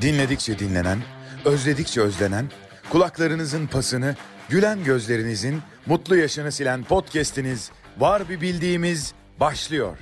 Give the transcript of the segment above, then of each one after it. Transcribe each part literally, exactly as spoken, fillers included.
Dinledikçe dinlenen, özledikçe özlenen, kulaklarınızın pasını, gülen gözlerinizin mutlu yaşını silen podcast'iniz Var Bir Bildiğimiz başlıyor.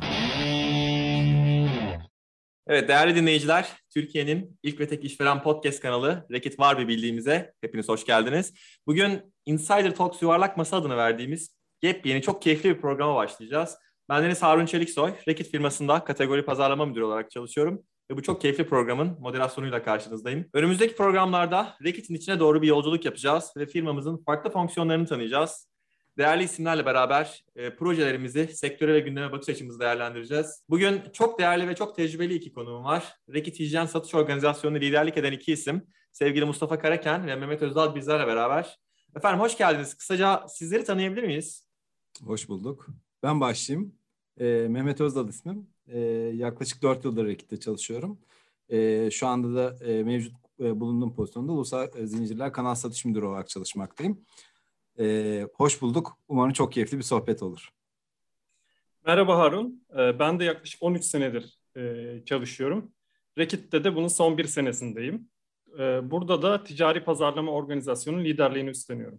Evet değerli dinleyiciler, Türkiye'nin ilk ve tek işveren podcast kanalı Rekit Var Bir Bildiğimize hepiniz hoş geldiniz. Bugün Insider Talks Yuvarlak Masa adını verdiğimiz yepyeni çok keyifli bir programa başlayacağız. Bendeniz Harun Çeliksoy, Rekit firmasında kategori pazarlama müdürü olarak çalışıyorum. Ve bu çok keyifli programın moderasyonuyla karşınızdayım. Önümüzdeki programlarda Rekit'in içine doğru bir yolculuk yapacağız ve firmamızın farklı fonksiyonlarını tanıyacağız. Değerli isimlerle beraber e, projelerimizi, sektöre ve gündeme bakış açımızı değerlendireceğiz. Bugün çok değerli ve çok tecrübeli iki konuğum var. Rekit Hijyen Satış Organizasyonu'na liderlik eden iki isim. Sevgili Mustafa Karaken ve Mehmet Özdal bizlerle beraber. Efendim hoş geldiniz. Kısaca sizleri tanıyabilir miyiz? Hoş bulduk. Ben başlayayım. Ee, Mehmet Özdal ismim. Ee, yaklaşık dört yıldır Rekit'te çalışıyorum. Ee, şu anda da e, mevcut e, bulunduğum pozisyonda Ulusal Zincirler Kanal Satış Müdürü olarak çalışmaktayım. Ee, hoş bulduk. Umarım çok keyifli bir sohbet olur. Merhaba Harun. Ee, ben de yaklaşık on üç senedir e, çalışıyorum. Rekit'te de bunun son bir senesindeyim. Ee, burada da ticari pazarlama organizasyonu liderliğini üstleniyorum.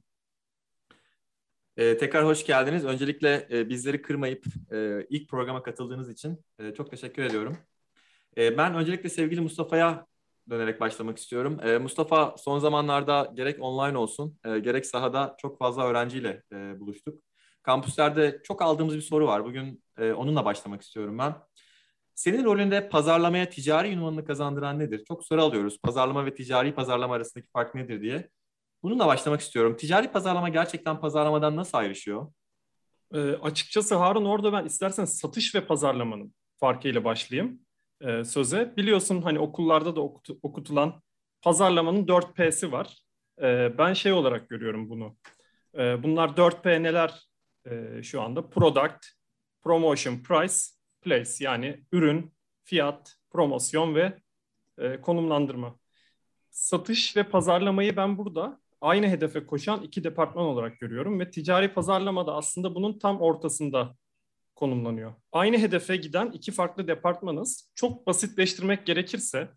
Ee, tekrar hoş geldiniz. Öncelikle e, bizleri kırmayıp e, ilk programa katıldığınız için e, çok teşekkür ediyorum. E, ben öncelikle sevgili Mustafa'ya dönerek başlamak istiyorum. E, Mustafa son zamanlarda gerek online olsun e, gerek sahada çok fazla öğrenciyle e, buluştuk. Kampüslerde çok aldığımız bir soru var. Bugün e, onunla başlamak istiyorum ben. Senin rolünde pazarlamaya ticari ünvanını kazandıran nedir? Çok soru alıyoruz. Pazarlama ve ticari pazarlama arasındaki fark nedir diye. Bununla başlamak istiyorum. Ticari pazarlama gerçekten pazarlamadan nasıl ayrışıyor? E, açıkçası Harun orada ben istersen satış ve pazarlamanın farkıyla başlayayım e, söze. Biliyorsun hani okullarda da okutu, okutulan pazarlamanın dört P'si var. E, ben şey olarak görüyorum bunu. E, bunlar dört P neler e, şu anda? Product, Promotion, Price, Place. Yani ürün, fiyat, promosyon ve e, konumlandırma. Satış ve pazarlamayı ben burada aynı hedefe koşan iki departman olarak görüyorum ve ticari pazarlama da aslında bunun tam ortasında konumlanıyor. Aynı hedefe giden iki farklı departmanız. Çok basitleştirmek gerekirse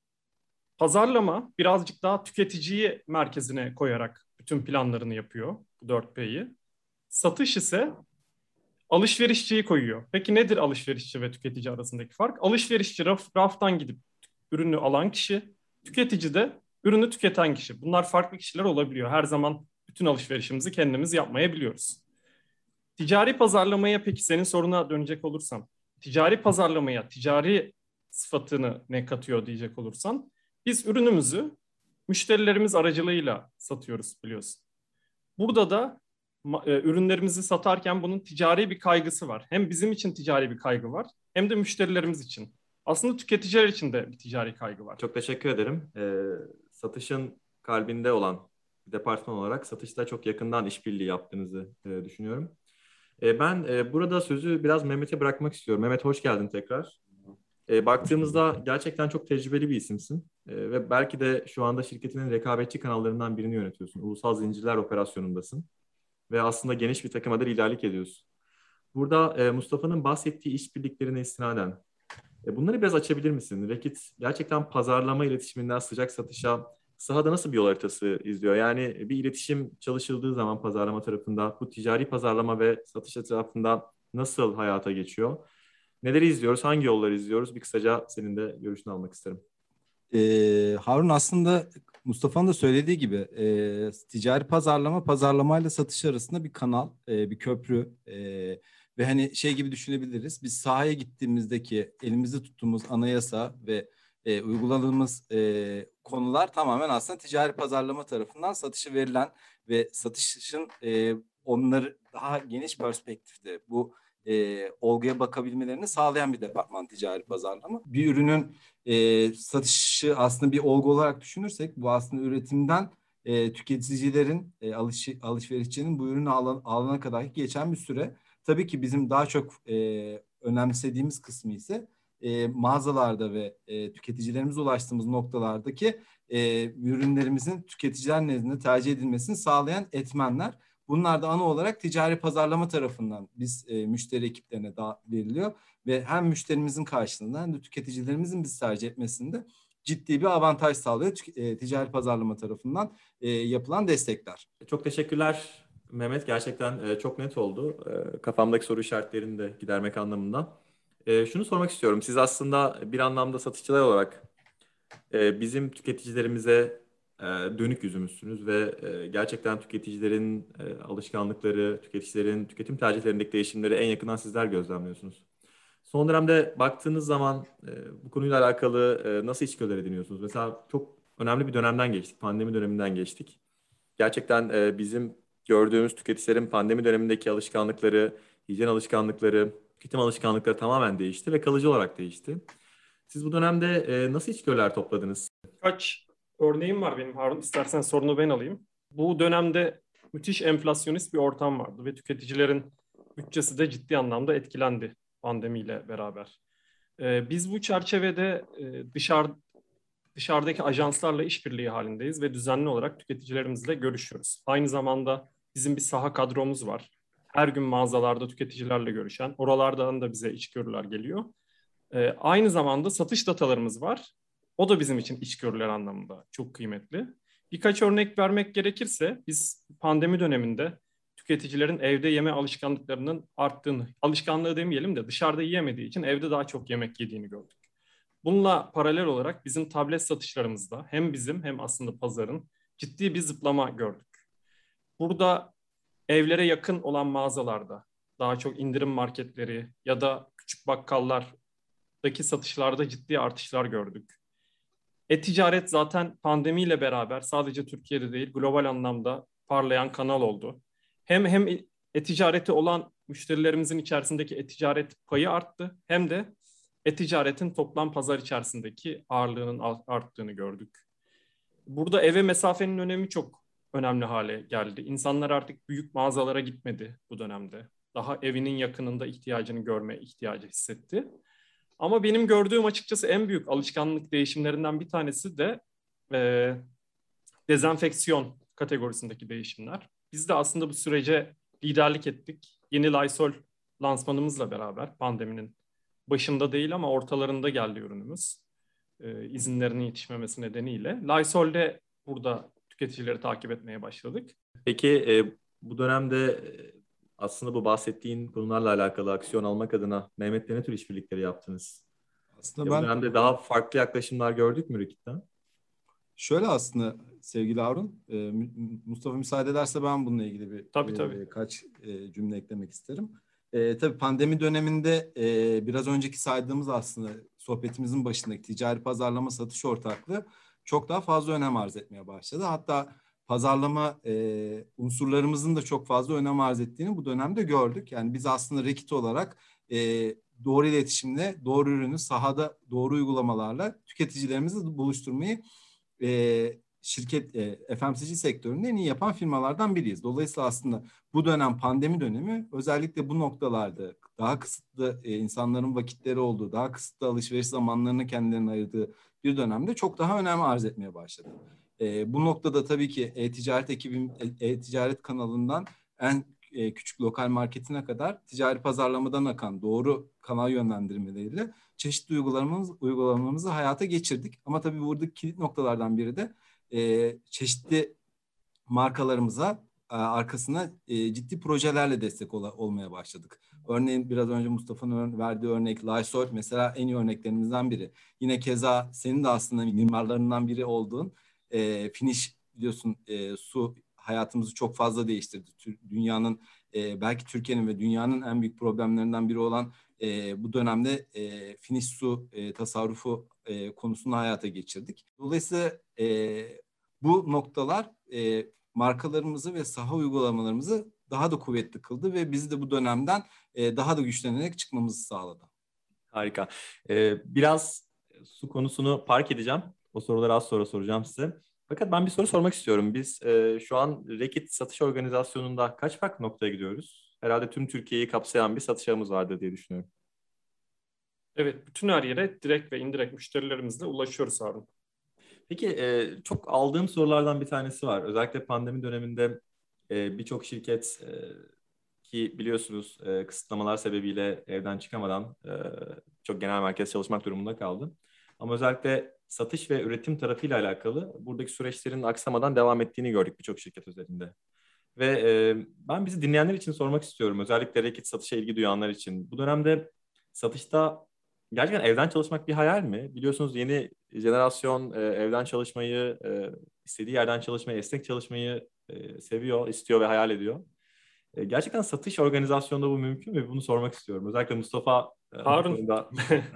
pazarlama birazcık daha tüketiciyi merkezine koyarak bütün planlarını yapıyor, bu dört P'yi. Satış ise alışverişçiyi koyuyor. Peki nedir alışverişçi ve tüketici arasındaki fark? Alışverişçi raf, raftan gidip ürünü alan kişi, tüketici de ürünü tüketen kişi. Bunlar farklı kişiler olabiliyor. Her zaman bütün alışverişimizi kendimiz yapmayabiliyoruz. Ticari pazarlamaya peki senin soruna dönecek olursam, ticari pazarlamaya ticari sıfatını ne katıyor diyecek olursan, biz ürünümüzü müşterilerimiz aracılığıyla satıyoruz biliyorsun. Burada da e, ürünlerimizi satarken bunun ticari bir kaygısı var. Hem bizim için ticari bir kaygı var hem de müşterilerimiz için. Aslında tüketiciler için de bir ticari kaygı var. Çok teşekkür ederim. Ee, satışın kalbinde olan bir departman olarak satışta çok yakından işbirliği yaptığınızı e, düşünüyorum. E, ben e, burada sözü biraz Mehmet'e bırakmak istiyorum. Mehmet hoş geldin tekrar. E, baktığımızda gerçekten çok tecrübeli bir isimsin. E, ve belki de şu anda şirketinin rekabetçi kanallarından birini yönetiyorsun. Ulusal zincirler operasyonundasın. Ve aslında geniş bir takıma da liderlik ediyorsun. Burada e, Mustafa'nın bahsettiği işbirliklerine istinaden e, bunları biraz açabilir misin? Rekit gerçekten pazarlama iletişiminden sıcak satışa sahada nasıl bir yol haritası izliyor? Yani bir iletişim çalışıldığı zaman pazarlama tarafında bu ticari pazarlama ve satış tarafında nasıl hayata geçiyor? Neleri izliyoruz? Hangi yolları izliyoruz? Bir kısaca senin de görüşünü almak isterim. Ee, Harun aslında Mustafa'nın da söylediği gibi e, ticari pazarlama pazarlamayla satış arasında bir kanal, e, bir köprü e, ve hani şey gibi düşünebiliriz. Biz sahaya gittiğimizdeki elimizde tuttuğumuz anayasa ve e, uyguladığımız e, konular tamamen aslında ticari pazarlama tarafından satışa verilen ve satışın e, onları daha geniş perspektifte bu e, olguya bakabilmelerini sağlayan bir departman ticari pazarlama. Bir ürünün e, satışı aslında bir olgu olarak düşünürsek bu aslında üretimden e, tüketicilerin, e, alış, alışverişçinin bu ürünü alan, alana kadar geçen bir süre. Tabii ki bizim daha çok e, önemsediğimiz kısmı ise e, mağazalarda ve e, tüketicilerimize ulaştığımız noktalardaki e, ürünlerimizin tüketiciler nezdinde tercih edilmesini sağlayan etmenler. Bunlar da ana olarak ticari pazarlama tarafından biz e, müşteri ekiplerine da veriliyor ve hem müşterimizin karşılığında hem de tüketicilerimizin biz tercih etmesinde ciddi bir avantaj sağlıyor tük- e, ticari pazarlama tarafından e, yapılan destekler. Çok teşekkürler Mehmet. Gerçekten e, çok net oldu. E, kafamdaki soru işaretlerini de gidermek anlamında. E, şunu sormak istiyorum. Siz aslında bir anlamda satışçılar olarak e, bizim tüketicilerimize e, dönük yüzümüzsünüz ve e, gerçekten tüketicilerin e, alışkanlıkları, tüketicilerin tüketim tercihlerindeki değişimleri en yakından sizler gözlemliyorsunuz. Son dönemde baktığınız zaman e, bu konuyla alakalı e, nasıl içgörüler ediniyorsunuz? Mesela çok önemli bir dönemden geçtik, pandemi döneminden geçtik. Gerçekten e, bizim gördüğümüz tüketicilerin pandemi dönemindeki alışkanlıkları, hijyen alışkanlıkları, tüketim alışkanlıkları tamamen değişti ve kalıcı olarak değişti. Siz bu dönemde e, nasıl içgörüler topladınız? Kaç örneğim var benim Harun. İstersen sorunu ben alayım. Bu dönemde müthiş enflasyonist bir ortam vardı ve tüketicilerin bütçesi de ciddi anlamda etkilendi pandemiyle beraber. Ee, biz bu çerçevede e, dışarı, dışarıdaki ajanslarla işbirliği halindeyiz ve düzenli olarak tüketicilerimizle görüşüyoruz. Aynı zamanda bizim bir saha kadromuz var. Her gün mağazalarda tüketicilerle görüşen, oralardan da bize içgörüler geliyor. Ee, aynı zamanda satış datalarımız var. O da bizim için içgörüler anlamında çok kıymetli. Birkaç örnek vermek gerekirse biz pandemi döneminde tüketicilerin evde yeme alışkanlıklarının arttığını, alışkanlığı demeyelim de dışarıda yiyemediği için evde daha çok yemek yediğini gördük. Bununla paralel olarak bizim tablet satışlarımızda hem bizim hem aslında pazarın ciddi bir zıplama gördük. Burada evlere yakın olan mağazalarda daha çok indirim marketleri ya da küçük bakkallardaki satışlarda ciddi artışlar gördük. E-ticaret zaten pandemiyle beraber sadece Türkiye'de değil global anlamda parlayan kanal oldu. Hem hem e-ticareti olan müşterilerimizin içerisindeki e-ticaret payı arttı hem de e-ticaretin toplam pazar içerisindeki ağırlığının arttığını gördük. Burada eve mesafenin önemi çok önemli hale geldi. İnsanlar artık büyük mağazalara gitmedi bu dönemde. Daha evinin yakınında ihtiyacını görme ihtiyacı hissetti. Ama benim gördüğüm açıkçası en büyük alışkanlık değişimlerinden bir tanesi de e, dezenfeksiyon kategorisindeki değişimler. Biz de aslında bu sürece liderlik ettik. Yeni Lysol lansmanımızla beraber pandeminin başında değil ama ortalarında geldi ürünümüz. E, izinlerinin yetişmemesi nedeniyle. Lysol'de burada tüketicileri takip etmeye başladık. Peki e, bu dönemde e, aslında bu bahsettiğin konularla alakalı aksiyon almak adına Mehmet'le ne tür işbirlikleri yaptınız? Aslında Ya bu ben dönemde daha farklı yaklaşımlar gördük mü Rikit'ten? şöyle aslında sevgili Harun, e, Mü- Mustafa müsaade ederse ben bununla ilgili bir Tabii e, tabii. kaç e, cümle eklemek isterim. E, tabii pandemi döneminde e, biraz önceki saydığımız aslında sohbetimizin başındaki ticari pazarlama satış ortaklığı çok daha fazla önem arz etmeye başladı. Hatta pazarlama e, unsurlarımızın da çok fazla önem arz ettiğini bu dönemde gördük. Yani biz aslında Rekit olarak e, doğru iletişimle, doğru ürünü sahada doğru uygulamalarla tüketicilerimizle buluşturmayı e, şirket e, F M C G sektöründe en iyi yapan firmalardan biriyiz. Dolayısıyla aslında bu dönem pandemi dönemi özellikle bu noktalarda daha kısıtlı e, insanların vakitleri olduğu, daha kısıtlı alışveriş zamanlarını kendilerine ayırdığı bir dönemde çok daha önem arz etmeye başladı. E, bu noktada tabii ki e-ticaret ekibim, e- e-ticaret kanalından en e, küçük lokal marketine kadar ticari pazarlamadan akan doğru kanal yönlendirmeleriyle çeşitli uygulamalarımız, uygulamalarımızı hayata geçirdik. Ama tabii buradaki kilit noktalardan biri de e, çeşitli markalarımıza e, arkasına e, ciddi projelerle destek ol, olmaya başladık. Örneğin biraz önce Mustafa'nın verdiği örnek Lysol mesela en iyi örneklerimizden biri. Yine keza senin de aslında mimarlarından biri olduğun e, Finish biliyorsun e, su hayatımızı çok fazla değiştirdi. Dünyanın e, belki Türkiye'nin ve dünyanın en büyük problemlerinden biri olan e, bu dönemde e, Finish su e, tasarrufu e, konusunu hayata geçirdik. Dolayısıyla e, bu noktalar e, markalarımızı ve saha uygulamalarımızı daha da kuvvetli kıldı ve bizi de bu dönemden e, daha da güçlenerek çıkmamızı sağladı. Harika. Ee, biraz su konusunu park edeceğim. O soruları az sonra soracağım size. Fakat ben bir soru sormak istiyorum. Biz e, şu an Rekit Satış Organizasyonu'nda kaç farklı noktaya gidiyoruz? Herhalde tüm Türkiye'yi kapsayan bir satış ağımız vardır diye düşünüyorum. Evet, bütün her yere direkt ve indirekt müşterilerimizle ulaşıyoruz Harun. Peki e, çok aldığım sorulardan bir tanesi var. Özellikle pandemi döneminde e, birçok şirket e, ki biliyorsunuz e, kısıtlamalar sebebiyle evden çıkamadan e, çok genel merkez çalışmak durumunda kaldı. Ama özellikle satış ve üretim tarafıyla alakalı buradaki süreçlerin aksamadan devam ettiğini gördük birçok şirket özelinde. Ve e, ben bizi dinleyenler için sormak istiyorum. Özellikle Rekit satışa ilgi duyanlar için. Bu dönemde satışta gerçekten evden çalışmak bir hayal mi? Biliyorsunuz yeni jenerasyon e, evden çalışmayı, e, istediği yerden çalışmayı, esnek çalışmayı e, seviyor, istiyor ve hayal ediyor. E, gerçekten satış organizasyonunda bu mümkün mü? Bunu sormak istiyorum. Özellikle Mustafa e, bu Harun. konuda...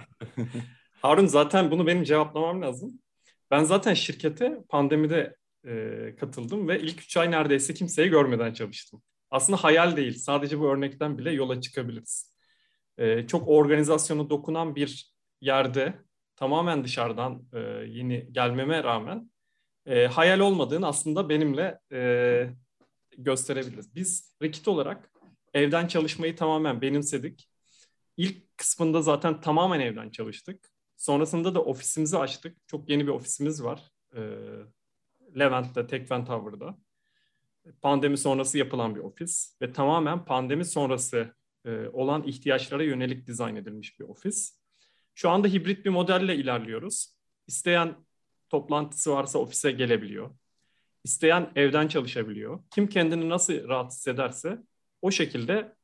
Harun zaten bunu benim cevaplamam lazım. Ben zaten şirkete pandemide e, katıldım ve ilk üç ay neredeyse kimseyi görmeden çalıştım. Aslında hayal değil. Sadece bu örnekten bile yola çıkabiliriz. E, çok organizasyona dokunan bir yerde tamamen dışarıdan e, yeni gelmeme rağmen e, hayal olmadığını aslında benimle e, gösterebiliriz. Biz Rekit olarak evden çalışmayı tamamen benimsedik. İlk kısmında zaten tamamen evden çalıştık. Sonrasında da ofisimizi açtık. Çok yeni bir ofisimiz var. Ee, Levent'te, Tekfen Tower'da. Pandemi sonrası yapılan bir ofis ve tamamen pandemi sonrası e, olan ihtiyaçlara yönelik dizayn edilmiş bir ofis. Şu anda hibrit bir modelle ilerliyoruz. İsteyen toplantısı varsa ofise gelebiliyor. İsteyen evden çalışabiliyor. Kim kendini nasıl rahat hissederse o şekilde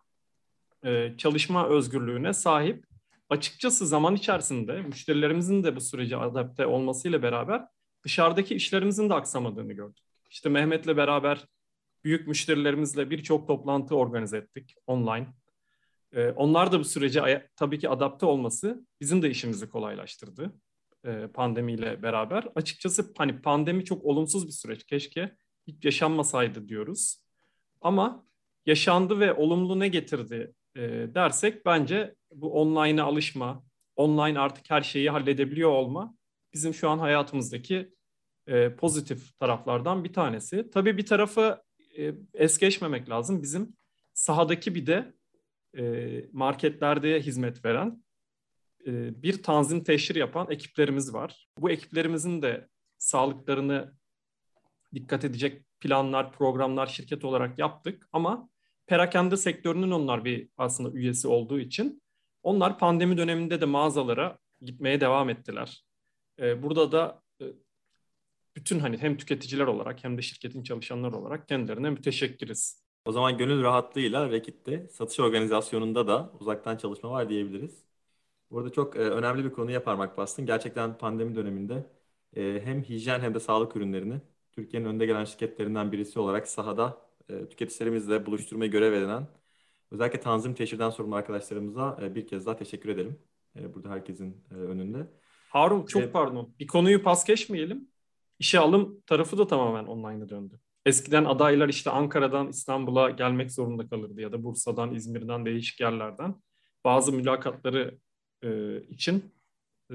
e, çalışma özgürlüğüne sahip. Açıkçası zaman içerisinde müşterilerimizin de bu sürece adapte olmasıyla beraber dışarıdaki işlerimizin de aksamadığını gördük. İşte Mehmet'le beraber büyük müşterilerimizle birçok toplantı organize ettik online. E, onlar da bu sürece tabii ki adapte olması bizim de işimizi kolaylaştırdı e, pandemiyle beraber. Açıkçası hani pandemi çok olumsuz bir süreç. Keşke hiç yaşanmasaydı diyoruz. Ama yaşandı ve olumlu ne getirdi e, dersek bence bu online'a alışma, online artık her şeyi halledebiliyor olma bizim şu an hayatımızdaki e, pozitif taraflardan bir tanesi. Tabii bir tarafı e, es geçmemek lazım. Bizim sahadaki bir de e, marketlerde hizmet veren e, bir tanzim teşhir yapan ekiplerimiz var. Bu ekiplerimizin de sağlıklarını dikkat edecek planlar, programlar şirket olarak yaptık ama perakende sektörünün onlar bir aslında üyesi olduğu için onlar pandemi döneminde de mağazalara gitmeye devam ettiler. Ee, burada da e, bütün hani hem tüketiciler olarak hem de şirketin çalışanları olarak kendilerine müteşekkiriz. O zaman gönül rahatlığıyla Rekit'te satış organizasyonunda da uzaktan çalışma var diyebiliriz. Burada çok e, önemli bir konuya parmak bastın. Gerçekten pandemi döneminde e, hem hijyen hem de sağlık ürünlerini Türkiye'nin önde gelen şirketlerinden birisi olarak sahada e, tüketicilerimizle buluşturmayı görev edinen özellikle Tanzim Teşhir'den sorumlu arkadaşlarımıza e, bir kez daha teşekkür edelim. E, burada herkesin e, önünde. Harun E, çok pardon. Bir konuyu pas geçmeyelim. İşe alım tarafı da tamamen online'a döndü. Eskiden adaylar işte Ankara'dan İstanbul'a gelmek zorunda kalırdı ya da Bursa'dan, İzmir'den değişik yerlerden. Bazı mülakatları e, için e,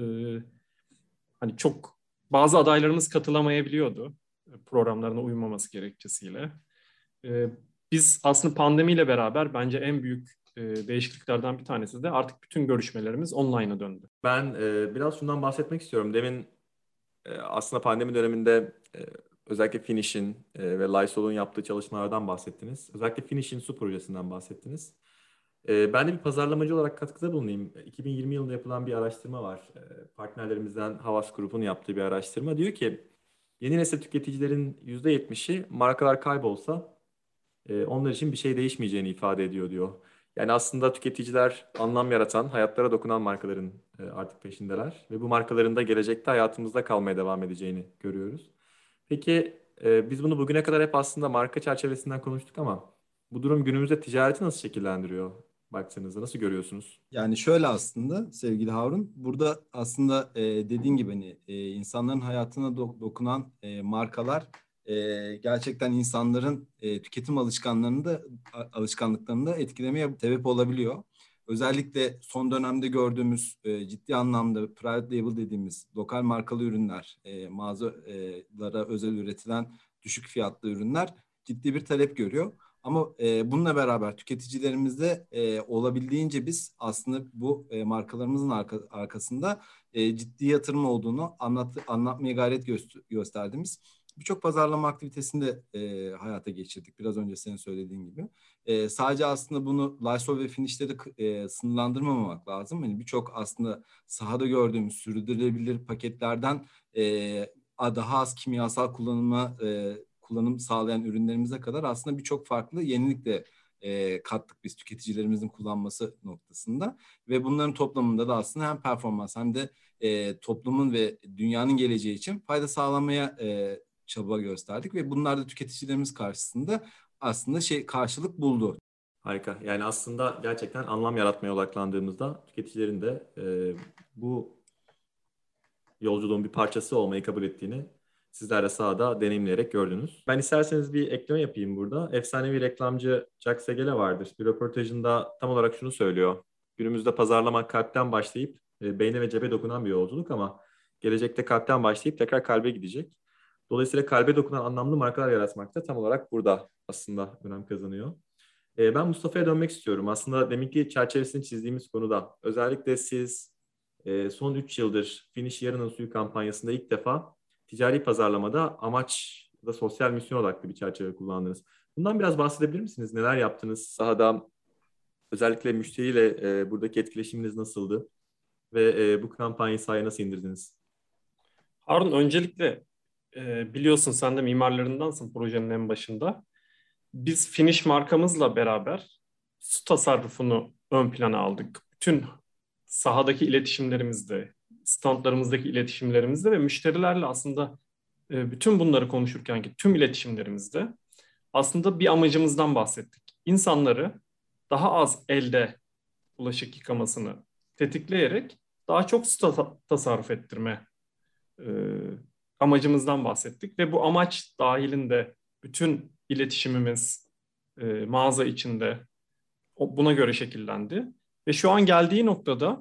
hani çok bazı adaylarımız katılamayabiliyordu e, programlarına uymaması gerekçesiyle. E, biz aslında pandemiyle beraber bence en büyük e, değişikliklerden bir tanesi de artık bütün görüşmelerimiz online'a döndü. Ben e, biraz şundan bahsetmek istiyorum. Demin e, aslında pandemi döneminde e, özellikle Finish'in e, ve Lysol'un yaptığı çalışmalardan bahsettiniz. Özellikle Finish'in su projesinden bahsettiniz. E, ben de bir pazarlamacı olarak katkıda bulunayım. iki bin yirmi yılında yapılan bir araştırma var. E, partnerlerimizden Havas Group'un yaptığı bir araştırma. Diyor ki yeni nesil tüketicilerin yüzde yetmişi markalar kaybolsa e, onlar için bir şey değişmeyeceğini ifade ediyor diyor. Yani aslında tüketiciler anlam yaratan, hayatlara dokunan markaların e, artık peşindeler. Ve bu markaların da gelecekte hayatımızda kalmaya devam edeceğini görüyoruz. Peki e, biz bunu bugüne kadar hep aslında marka çerçevesinden konuştuk ama bu durum günümüzde ticareti nasıl şekillendiriyor? Baktığınızda nasıl görüyorsunuz? Yani şöyle aslında sevgili Harun, burada aslında e, dediğin gibi hani e, insanların hayatına do- dokunan e, markalar e, gerçekten insanların e, tüketim alışkanlarını da a- alışkanlıklarını da etkilemeye sebep olabiliyor. Özellikle son dönemde gördüğümüz e, ciddi anlamda private label dediğimiz lokal markalı ürünler, e, mağazalara özel üretilen düşük fiyatlı ürünler ciddi bir talep görüyor. Ama e, bununla beraber tüketicilerimizde e, olabildiğince biz aslında bu e, markalarımızın arka, arkasında e, ciddi yatırım olduğunu anlat, anlatmaya gayret gö- gösterdiğimiz birçok pazarlama aktivitesini de e, hayata geçirdik. Biraz önce senin söylediğin gibi. E, sadece aslında bunu Lysol ve Finish'te de e, sınırlandırmamak lazım. Yani birçok aslında sahada gördüğümüz sürdürülebilir paketlerden e, daha az kimyasal kullanıma e, kullanım sağlayan ürünlerimize kadar aslında birçok farklı yenilik de e, kattık biz tüketicilerimizin kullanması noktasında. Ve bunların toplamında da aslında hem performans hem de e, toplumun ve dünyanın geleceği için fayda sağlamaya e, çaba gösterdik ve bunlar da tüketicilerimiz karşısında aslında şey karşılık buldu. Harika. Yani aslında gerçekten anlam yaratmaya odaklandığımızda tüketicilerin de e, bu yolculuğun bir parçası olmayı kabul ettiğini sizler de sahada deneyimleyerek gördünüz. Ben isterseniz bir ekleme yapayım burada. Efsanevi reklamcı Jack Segele vardır. Bir röportajında tam olarak şunu söylüyor. Günümüzde pazarlama kalpten başlayıp e, beyne ve cebe dokunan bir yolculuk ama gelecekte kalpten başlayıp tekrar kalbe gidecek. Dolayısıyla kalbe dokunan anlamlı markalar yaratmak da tam olarak burada aslında önem kazanıyor. E, ben Mustafa'ya dönmek istiyorum. Aslında deminki çerçevesini çizdiğimiz konuda özellikle siz e, son üç yıldır Finish Yarının Suyu kampanyasında ilk defa ticari pazarlamada amaç da sosyal misyon odaklı bir çerçeve kullandınız. Bundan biraz bahsedebilir misiniz? Neler yaptınız sahada? Özellikle müşteriyle e, buradaki etkileşiminiz nasıldı? Ve e, bu kampanyayı sahaya nasıl indirdiniz? Harun, öncelikle e, biliyorsun sen de mimarlarındansın projenin en başında. Biz Finish markamızla beraber su tasarrufunu ön plana aldık. Bütün sahadaki iletişimlerimizde, standlarımızdaki iletişimlerimizde ve müşterilerle aslında e, bütün bunları konuşurken ki tüm iletişimlerimizde aslında bir amacımızdan bahsettik. İnsanları daha az elde bulaşık yıkamasını tetikleyerek daha çok su ta- tasarruf ettirme e, amacımızdan bahsettik ve bu amaç dahilinde bütün iletişimimiz e, mağaza içinde o, buna göre şekillendi. Ve şu an geldiği noktada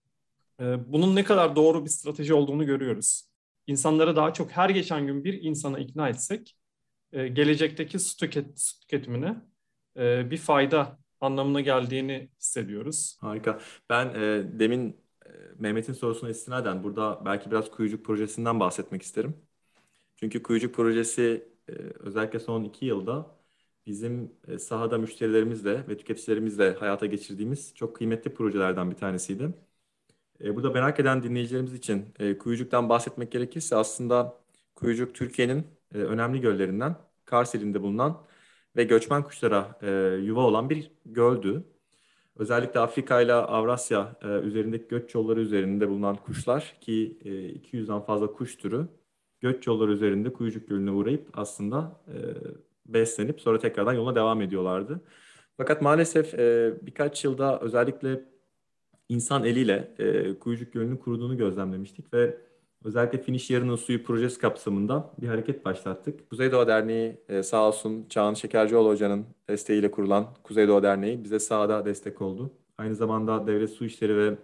e, bunun ne kadar doğru bir strateji olduğunu görüyoruz. İnsanları daha çok her geçen gün bir insana ikna etsek e, gelecekteki su, tüket, su tüketimine e, bir fayda anlamına geldiğini hissediyoruz. Harika. Ben e, demin e, Mehmet'in sorusuna istinaden burada belki biraz Kuyucuk projesinden bahsetmek isterim. Çünkü Kuyucuk projesi e, özellikle son iki yılda bizim e, sahada müşterilerimizle ve tüketicilerimizle hayata geçirdiğimiz çok kıymetli projelerden bir tanesiydi. E, burada merak eden dinleyicilerimiz için e, Kuyucuk'tan bahsetmek gerekirse aslında Kuyucuk Türkiye'nin e, önemli göllerinden Kars ilinde bulunan ve göçmen kuşlara e, yuva olan bir göldü. Özellikle Afrika ile Avrasya e, üzerindeki göç yolları üzerinde bulunan kuşlar ki e, iki yüzden fazla kuş türü göç yolları üzerinde Kuyucuk Gölü'ne uğrayıp aslında e, beslenip sonra tekrardan yoluna devam ediyorlardı. Fakat maalesef e, birkaç yılda özellikle insan eliyle e, Kuyucuk Gölü'nün kuruduğunu gözlemlemiştik ve özellikle Finish Yarının Suyu projesi kapsamında bir hareket başlattık. Kuzeydoğu Derneği e, sağ olsun Çağan Şekercioğlu Hoca'nın desteğiyle kurulan Kuzeydoğu Derneği bize sahada destek oldu. Aynı zamanda Devlet Su İşleri ve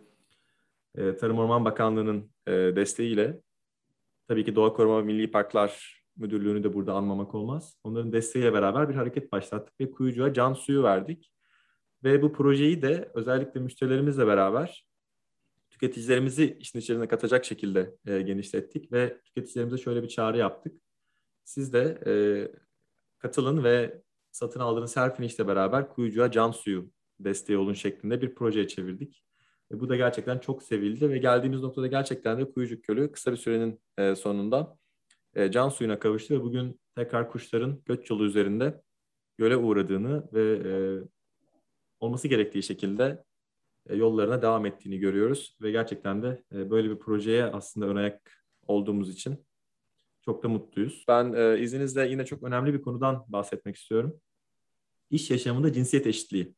e, Tarım Orman Bakanlığı'nın e, desteğiyle tabii ki Doğa Koruma ve Milli Parklar Müdürlüğü'nü de burada anmamak olmaz. Onların desteğiyle beraber bir hareket başlattık ve kuyucuğa can suyu verdik. Ve bu projeyi de özellikle müşterilerimizle beraber tüketicilerimizi işin içerisine katacak şekilde e, genişlettik ve tüketicilerimize şöyle bir çağrı yaptık. Siz de e, katılın ve satın aldığınız her finişle beraber kuyucuğa can suyu desteği olun şeklinde bir projeye çevirdik. E, bu da gerçekten çok sevildi ve geldiğimiz noktada gerçekten de Kuyucuk Gölü kısa bir sürenin e, sonunda e, can suyuna kavuştu ve bugün tekrar kuşların göç yolu üzerinde göle uğradığını ve e, olması gerektiği şekilde e, yollarına devam ettiğini görüyoruz ve gerçekten de e, böyle bir projeye aslında ön ayak olduğumuz için çok da mutluyuz. Ben e, izninizle yine çok önemli bir konudan bahsetmek istiyorum. İş yaşamında cinsiyet eşitliği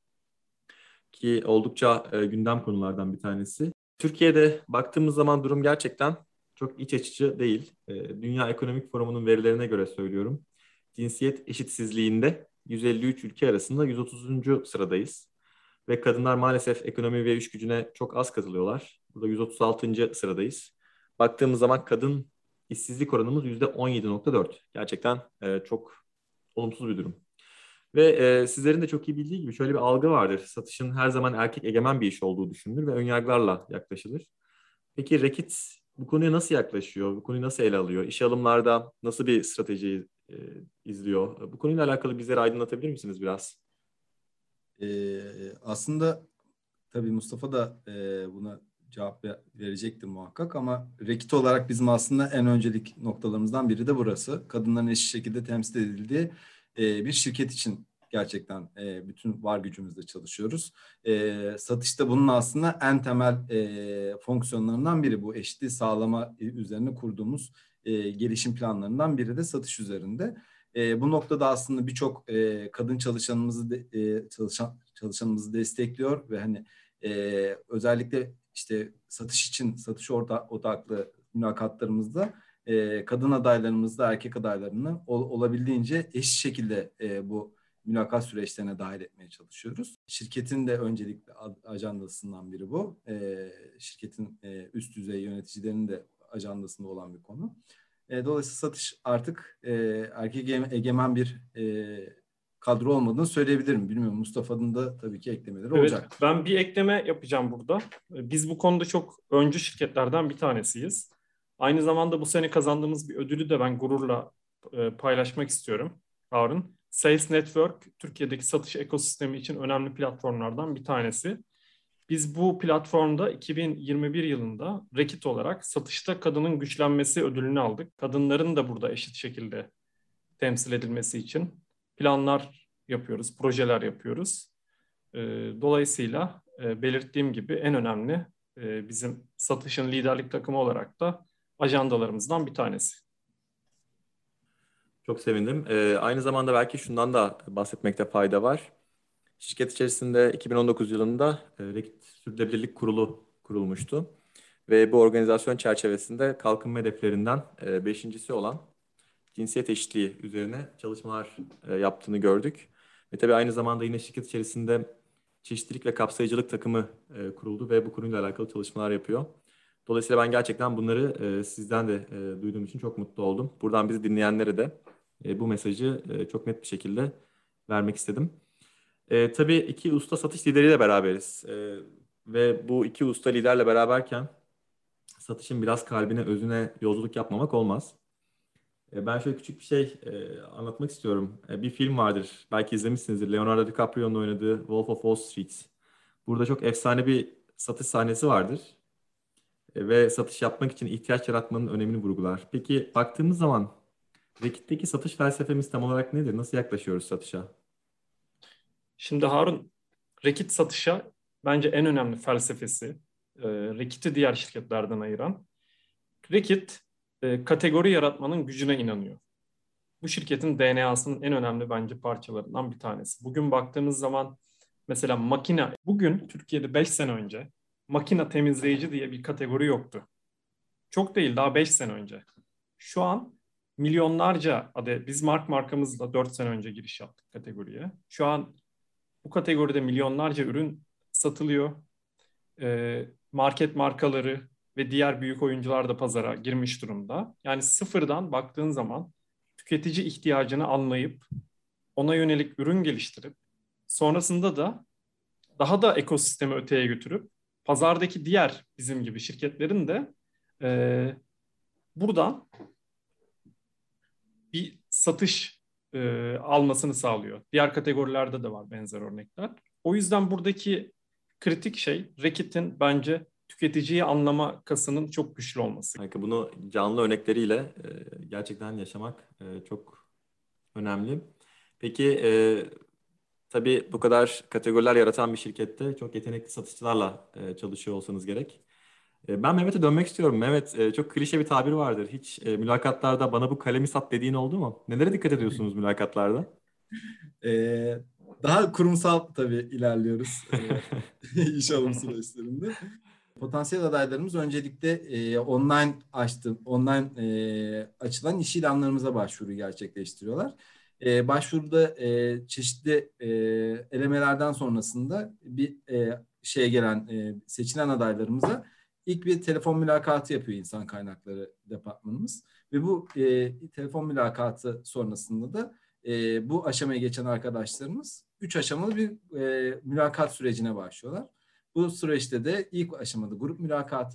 ki oldukça e, gündem konulardan bir tanesi. Türkiye'de baktığımız zaman durum gerçekten çok iç açıcı değil. E, Dünya Ekonomik Forumu'nun verilerine göre söylüyorum. Cinsiyet eşitsizliğinde yüz elli üç ülke arasında yüz otuzuncu sıradayız. Ve kadınlar maalesef ekonomi ve iş gücüne çok az katılıyorlar. Burada yüz otuz altıncı sıradayız. Baktığımız zaman kadın işsizlik oranımız yüzde on yedi nokta dört. Gerçekten e, çok olumsuz bir durum. Ve e, sizlerin de çok iyi bildiği gibi şöyle bir algı vardır. Satışın her zaman erkek egemen bir iş olduğu düşünülür ve önyargılarla yaklaşılır. Peki Rekit bu konuya nasıl yaklaşıyor? Bu konuyu nasıl ele alıyor? İşe alımlarda nasıl bir strateji e, izliyor? Bu konuyla alakalı bizleri aydınlatabilir misiniz biraz? Ee, aslında tabii Mustafa da e, buna cevap ve- verecektir muhakkak ama Rekit olarak bizim aslında en öncelik noktalarımızdan biri de burası. Kadınların eşit şekilde temsil edildiği e, bir şirket için gerçekten e, bütün var gücümüzle çalışıyoruz. E, satışta bunun aslında en temel e, fonksiyonlarından biri, bu eşitliği sağlama üzerine kurduğumuz e, gelişim planlarından biri de satış üzerinde. E, bu noktada aslında birçok e, kadın çalışanımızı de, e, çalışan çalışanımızı destekliyor ve hani e, özellikle işte satış için satış orta, odaklı mülakatlarımızda e, kadın adaylarımızda erkek adaylarını ol, olabildiğince eşit şekilde e, bu mülakat süreçlerine dahil etmeye çalışıyoruz. Şirketin de öncelikli ajandasından biri bu. E, şirketin e, üst düzey yöneticilerinin de ajandasında olan bir konu. E, dolayısıyla satış artık e, erkek egemen bir e, kadro olmadığını söyleyebilirim. Bilmiyorum, Mustafa'nın da tabii ki eklemeleri Evet, olacak. ben bir ekleme yapacağım burada. Biz bu konuda çok öncü şirketlerden bir tanesiyiz. Aynı zamanda bu sene kazandığımız bir ödülü de ben gururla e, paylaşmak istiyorum Harun. Sales Network, Türkiye'deki satış ekosistemi için önemli platformlardan bir tanesi. Biz bu platformda iki bin yirmi bir yılında Rekit olarak satışta kadının güçlenmesi ödülünü aldık. Kadınların da burada eşit şekilde temsil edilmesi için planlar yapıyoruz, projeler yapıyoruz. E, Dolayısıyla e, belirttiğim gibi en önemli e, bizim satışın liderlik takımı olarak da ajandalarımızdan bir tanesi. Çok sevindim. Ee, aynı zamanda belki şundan da bahsetmekte fayda var. Şirket içerisinde iki bin on dokuz yılında e, Rekit Sürdürülebilirlik Kurulu kurulmuştu. Ve bu organizasyon çerçevesinde kalkınma hedeflerinden e, beşincisi olan cinsiyet eşitliği üzerine çalışmalar e, yaptığını gördük. Ve tabii aynı zamanda yine şirket içerisinde çeşitlilik ve kapsayıcılık takımı e, kuruldu ve bu konuyla alakalı çalışmalar yapıyor. Dolayısıyla ben gerçekten bunları e, sizden de e, duyduğum için çok mutlu oldum. Buradan bizi dinleyenlere de e, bu mesajı e, çok net bir şekilde vermek istedim. E, tabii iki usta satış lideriyle beraberiz. E, ve bu iki usta liderle beraberken satışın biraz kalbine, özüne yolculuk yapmamak olmaz. E, Ben şöyle küçük bir şey e, anlatmak istiyorum. E, Bir film vardır, belki izlemişsinizdir. Leonardo DiCaprio'nun oynadığı Wolf of Wall Street. Burada çok efsane bir satış sahnesi vardır. E, Ve satış yapmak için ihtiyaç yaratmanın önemini vurgular. Peki baktığımız zaman Rekit'teki satış felsefemiz tam olarak nedir? Nasıl yaklaşıyoruz satışa? Şimdi Harun, Rekit satışa bence en önemli felsefesi, e, Rekit'i diğer şirketlerden ayıran. Rekit e, kategori yaratmanın gücüne inanıyor. Bu şirketin D N A'sının en önemli bence parçalarından bir tanesi. Bugün baktığımız zaman mesela makine, bugün Türkiye'de beş sene önce makine temizleyici diye bir kategori yoktu. Çok değil, daha beş sene önce. Şu an milyonlarca adet, biz Mark markamızla dört sene önce giriş yaptık kategoriye. Şu an bu kategoride milyonlarca ürün satılıyor. Ee, market markaları ve diğer büyük oyuncular da pazara girmiş durumda. Yani sıfırdan baktığın zaman tüketici ihtiyacını anlayıp ona yönelik ürün geliştirip sonrasında da daha da ekosistemi öteye götürüp pazardaki diğer bizim gibi şirketlerin de e, buradan bir satış e, almasını sağlıyor. Diğer kategorilerde de var benzer örnekler. O yüzden buradaki kritik şey Rekit'in bence tüketiciyi anlama kasının çok güçlü olması. Harika. Bunu canlı örnekleriyle e, gerçekten yaşamak e, çok önemli. Peki e, tabii bu kadar kategoriler yaratan bir şirkette çok yetenekli satışçılarla e, çalışıyor olsanız gerek. E, Ben Mehmet'e dönmek istiyorum. Mehmet, e, çok klişe bir tabir vardır. Hiç e, mülakatlarda bana bu kalemi sat dediğin oldu mu? Nelere dikkat ediyorsunuz mülakatlarda? Ee, daha kurumsal tabii ilerliyoruz e, iş alım süreçlerinde. Potansiyel adaylarımız öncelikle e, online açtı, online e, açılan iş ilanlarımıza başvuru gerçekleştiriyorlar. E, başvuruda e, çeşitli e, elemelerden sonrasında bir e, şeye gelen e, seçilen adaylarımıza ilk bir telefon mülakatı yapıyor insan kaynakları departmanımız ve bu e, telefon mülakatı sonrasında da e, bu aşamaya geçen arkadaşlarımız üç aşamalı bir e, mülakat sürecine başlıyorlar. Bu süreçte de ilk aşamada grup mülakatı,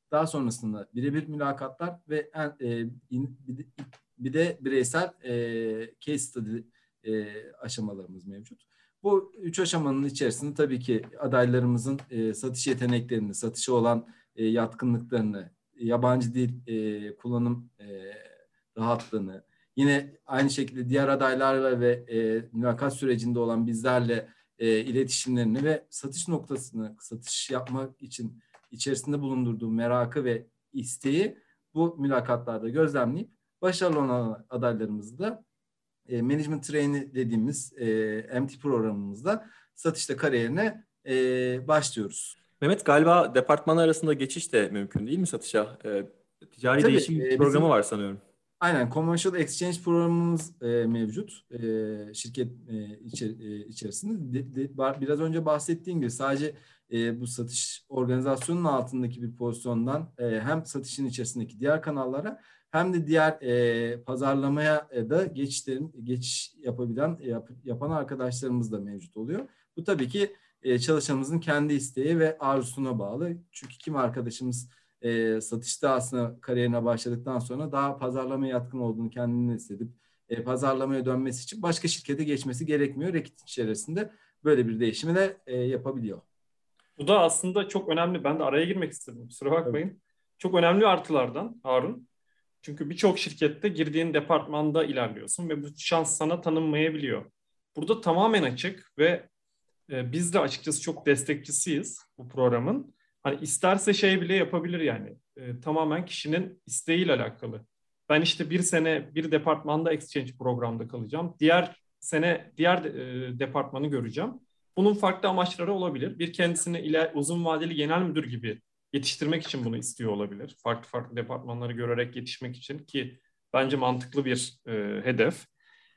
Daha sonrasında birebir mülakatlar ve en, e, in, bir, de, bir de bireysel e, case study e, aşamalarımız mevcut. Bu üç aşamanın içerisinde tabii ki adaylarımızın e, satış yeteneklerini, satışa olan e, yatkınlıklarını, yabancı dil e, kullanım e, rahatlığını, yine aynı şekilde diğer adaylarla ve e, mülakat sürecinde olan bizlerle e, iletişimlerini ve satış noktasını, satış yapmak için içerisinde bulundurduğu merakı ve isteği bu mülakatlarda gözlemleyip başarılı olan adaylarımızı da e, Management Trainee dediğimiz e, M T programımızda satışta kariyerine e, başlıyoruz. Mehmet, galiba departman arasında geçiş de mümkün değil mi satışa? Ee, ticari Tabii, değişim e, programı bizim- var sanıyorum. Aynen, Commercial Exchange programımız e, mevcut e, şirket e, içer, e, içerisinde. De, de, biraz önce bahsettiğim gibi sadece e, bu satış organizasyonunun altındaki bir pozisyondan e, hem satışın içerisindeki diğer kanallara hem de diğer e, pazarlamaya e, da geçişlerin geçiş yapabilen yap, yapan arkadaşlarımız da mevcut oluyor. Bu tabii ki e, çalışanımızın kendi isteği ve arzusuna bağlı. Çünkü kim arkadaşımız E, satışta aslında kariyerine başladıktan sonra daha pazarlamaya yatkın olduğunu kendini hissedip e, pazarlamaya dönmesi için başka şirkete geçmesi gerekmiyor. Rakit içerisinde böyle bir değişimi de e, yapabiliyor. Bu da aslında çok önemli. Ben de araya girmek istedim. Kusura bakmayın. Evet. Çok önemli artılardan Harun. Çünkü birçok şirkette girdiğin departmanda ilerliyorsun ve bu şans sana tanınmayabiliyor. Burada tamamen açık ve e, biz de açıkçası çok destekçisiyiz bu programın. Hani isterse şey bile yapabilir yani. E, tamamen kişinin isteğiyle alakalı. Ben işte bir sene bir departmanda exchange programda kalacağım. Diğer sene diğer e, departmanı göreceğim. Bunun farklı amaçları olabilir. Bir kendisini ile uzun vadeli genel müdür gibi yetiştirmek için bunu istiyor olabilir. Farklı farklı departmanları görerek yetişmek için, ki bence mantıklı bir e, hedef.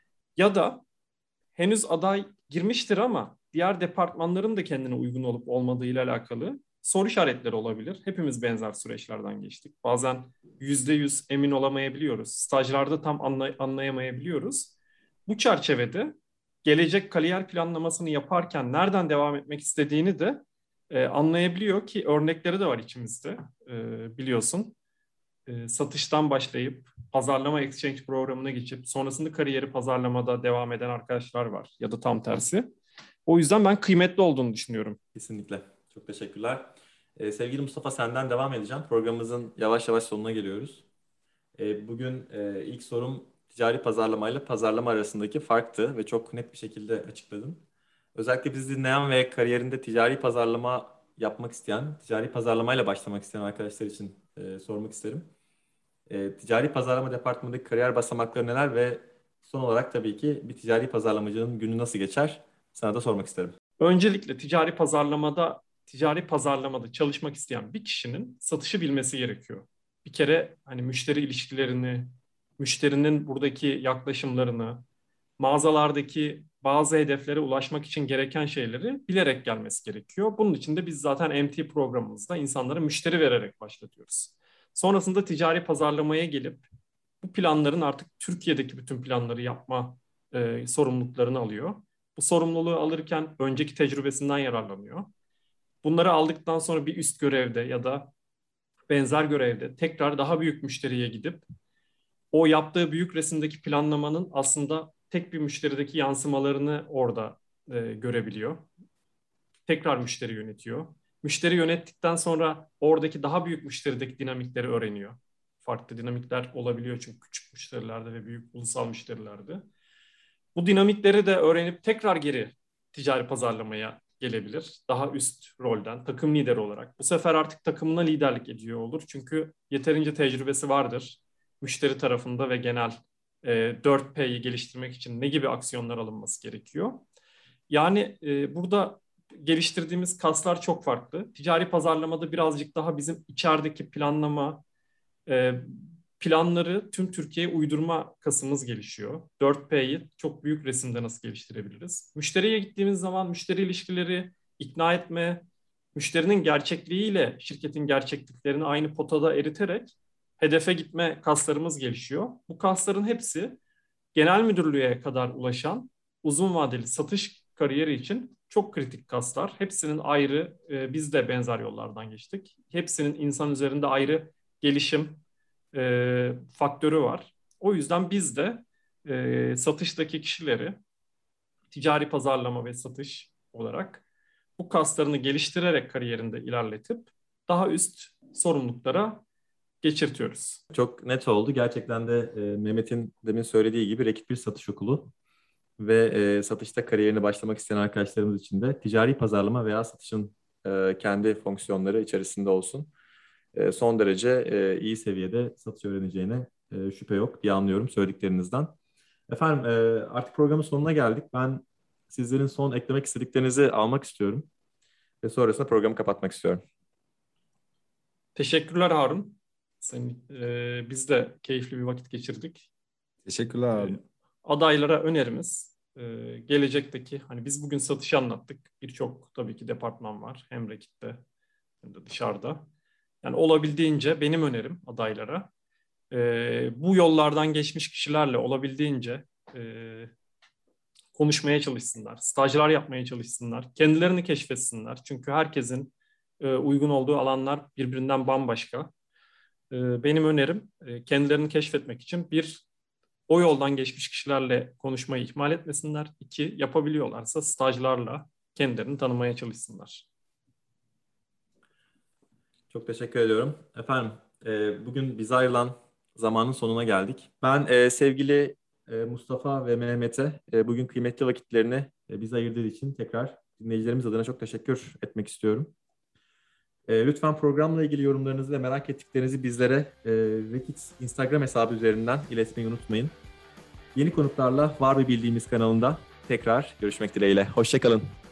Ya da henüz aday girmiştir ama diğer departmanların da kendine uygun olup olmadığıyla alakalı soru işaretleri olabilir. Hepimiz benzer süreçlerden geçtik. Bazen yüzde yüz emin olamayabiliyoruz. Stajlarda tam anlay- anlayamayabiliyoruz. Bu çerçevede gelecek kariyer planlamasını yaparken nereden devam etmek istediğini de e, anlayabiliyor, ki örnekleri de var içimizde, e, biliyorsun. E, satıştan başlayıp pazarlama exchange programına geçip sonrasında kariyeri pazarlamada devam eden arkadaşlar var, ya da tam tersi. O yüzden ben kıymetli olduğunu düşünüyorum. Kesinlikle. Çok teşekkürler. Ee, sevgili Mustafa, senden devam edeceğim. Programımızın yavaş yavaş sonuna geliyoruz. Ee, bugün e, ilk sorum ticari pazarlamayla pazarlama arasındaki farktı ve çok net bir şekilde açıkladın. Özellikle bizi dinleyen ve kariyerinde ticari pazarlama yapmak isteyen, ticari pazarlamayla başlamak isteyen arkadaşlar için e, sormak isterim. E, ticari pazarlama departmanındaki kariyer basamakları neler ve son olarak tabii ki bir ticari pazarlamacının günü nasıl geçer? Sana da sormak isterim. Öncelikle ticari pazarlamada ticari pazarlamada çalışmak isteyen bir kişinin satışı bilmesi gerekiyor. Bir kere hani müşteri ilişkilerini, müşterinin buradaki yaklaşımlarını, mağazalardaki bazı hedeflere ulaşmak için gereken şeyleri bilerek gelmesi gerekiyor. Bunun için de biz zaten M T programımızda insanlara müşteri vererek başlatıyoruz. Sonrasında ticari pazarlamaya gelip bu planların artık Türkiye'deki bütün planları yapma e, sorumluluklarını alıyor. Bu sorumluluğu alırken önceki tecrübesinden yararlanıyor. Bunları aldıktan sonra bir üst görevde ya da benzer görevde tekrar daha büyük müşteriye gidip o yaptığı büyük resimdeki planlamanın aslında tek bir müşterideki yansımalarını orada e, görebiliyor. Tekrar müşteri yönetiyor. Müşteri yönettikten sonra oradaki daha büyük müşterideki dinamikleri öğreniyor. Farklı dinamikler olabiliyor çünkü küçük müşterilerde ve büyük ulusal müşterilerde. Bu dinamikleri de öğrenip tekrar geri ticari pazarlamaya gelebilir. Daha üst rolden, takım lideri olarak. Bu sefer artık takımına liderlik ediyor olur. Çünkü yeterince tecrübesi vardır. Müşteri tarafında ve genel e, dört P'yi geliştirmek için ne gibi aksiyonlar alınması gerekiyor? Yani e, burada geliştirdiğimiz kaslar çok farklı. Ticari pazarlamada birazcık daha bizim içerideki planlama, e, planları tüm Türkiye'ye uydurma kasımız gelişiyor. dört P'yi çok büyük resimde nasıl geliştirebiliriz? Müşteriye gittiğimiz zaman müşteri ilişkileri, ikna etme, müşterinin gerçekliğiyle şirketin gerçekliklerini aynı potada eriterek hedefe gitme kaslarımız gelişiyor. Bu kasların hepsi genel müdürlüğe kadar ulaşan uzun vadeli satış kariyeri için çok kritik kaslar. Hepsinin ayrı, e, biz de benzer yollardan geçtik. Hepsinin insan üzerinde ayrı gelişim e, faktörü var. O yüzden biz de e, satıştaki kişileri ticari pazarlama ve satış olarak bu kaslarını geliştirerek kariyerinde ilerletip daha üst sorumluluklara geçirtiyoruz. Çok net oldu. Gerçekten de e, Mehmet'in demin söylediği gibi Rekit bir satış okulu ve e, satışta kariyerine başlamak isteyen arkadaşlarımız için de ticari pazarlama veya satışın e, kendi fonksiyonları içerisinde olsun. E, son derece e, iyi seviyede satış öğreneceğine e, şüphe yok diye anlıyorum söylediklerinizden. Efendim e, artık programın sonuna geldik. Ben sizlerin son eklemek istediklerinizi almak istiyorum ve sonrasında programı kapatmak istiyorum. Teşekkürler Harun. Senin, e, biz de keyifli bir vakit geçirdik. Teşekkürler abi. E, adaylara önerimiz e, gelecekteki, hani biz bugün satışı anlattık. Birçok tabii ki departman var. Hem Rekit'te hem de dışarıda. Yani olabildiğince benim önerim adaylara e, bu yollardan geçmiş kişilerle olabildiğince e, konuşmaya çalışsınlar. Stajlar yapmaya çalışsınlar. Kendilerini keşfetsinler. Çünkü herkesin e, uygun olduğu alanlar birbirinden bambaşka. E, benim önerim e, kendilerini keşfetmek için bir, o yoldan geçmiş kişilerle konuşmayı ihmal etmesinler. İki, yapabiliyorlarsa stajlarla kendilerini tanımaya çalışsınlar. Çok teşekkür ediyorum. Efendim, e, bugün bize ayrılan zamanın sonuna geldik. Ben e, sevgili e, Mustafa ve Mehmet'e e, bugün kıymetli vakitlerini e, bize ayırdığı için tekrar dinleyicilerimiz adına çok teşekkür etmek istiyorum. E, lütfen programla ilgili yorumlarınızı ve merak ettiklerinizi bizlere e, Rekit Instagram hesabı üzerinden iletmeyi unutmayın. Yeni konuklarla Var Bir Bildiğimiz kanalında tekrar görüşmek dileğiyle. Hoşça kalın.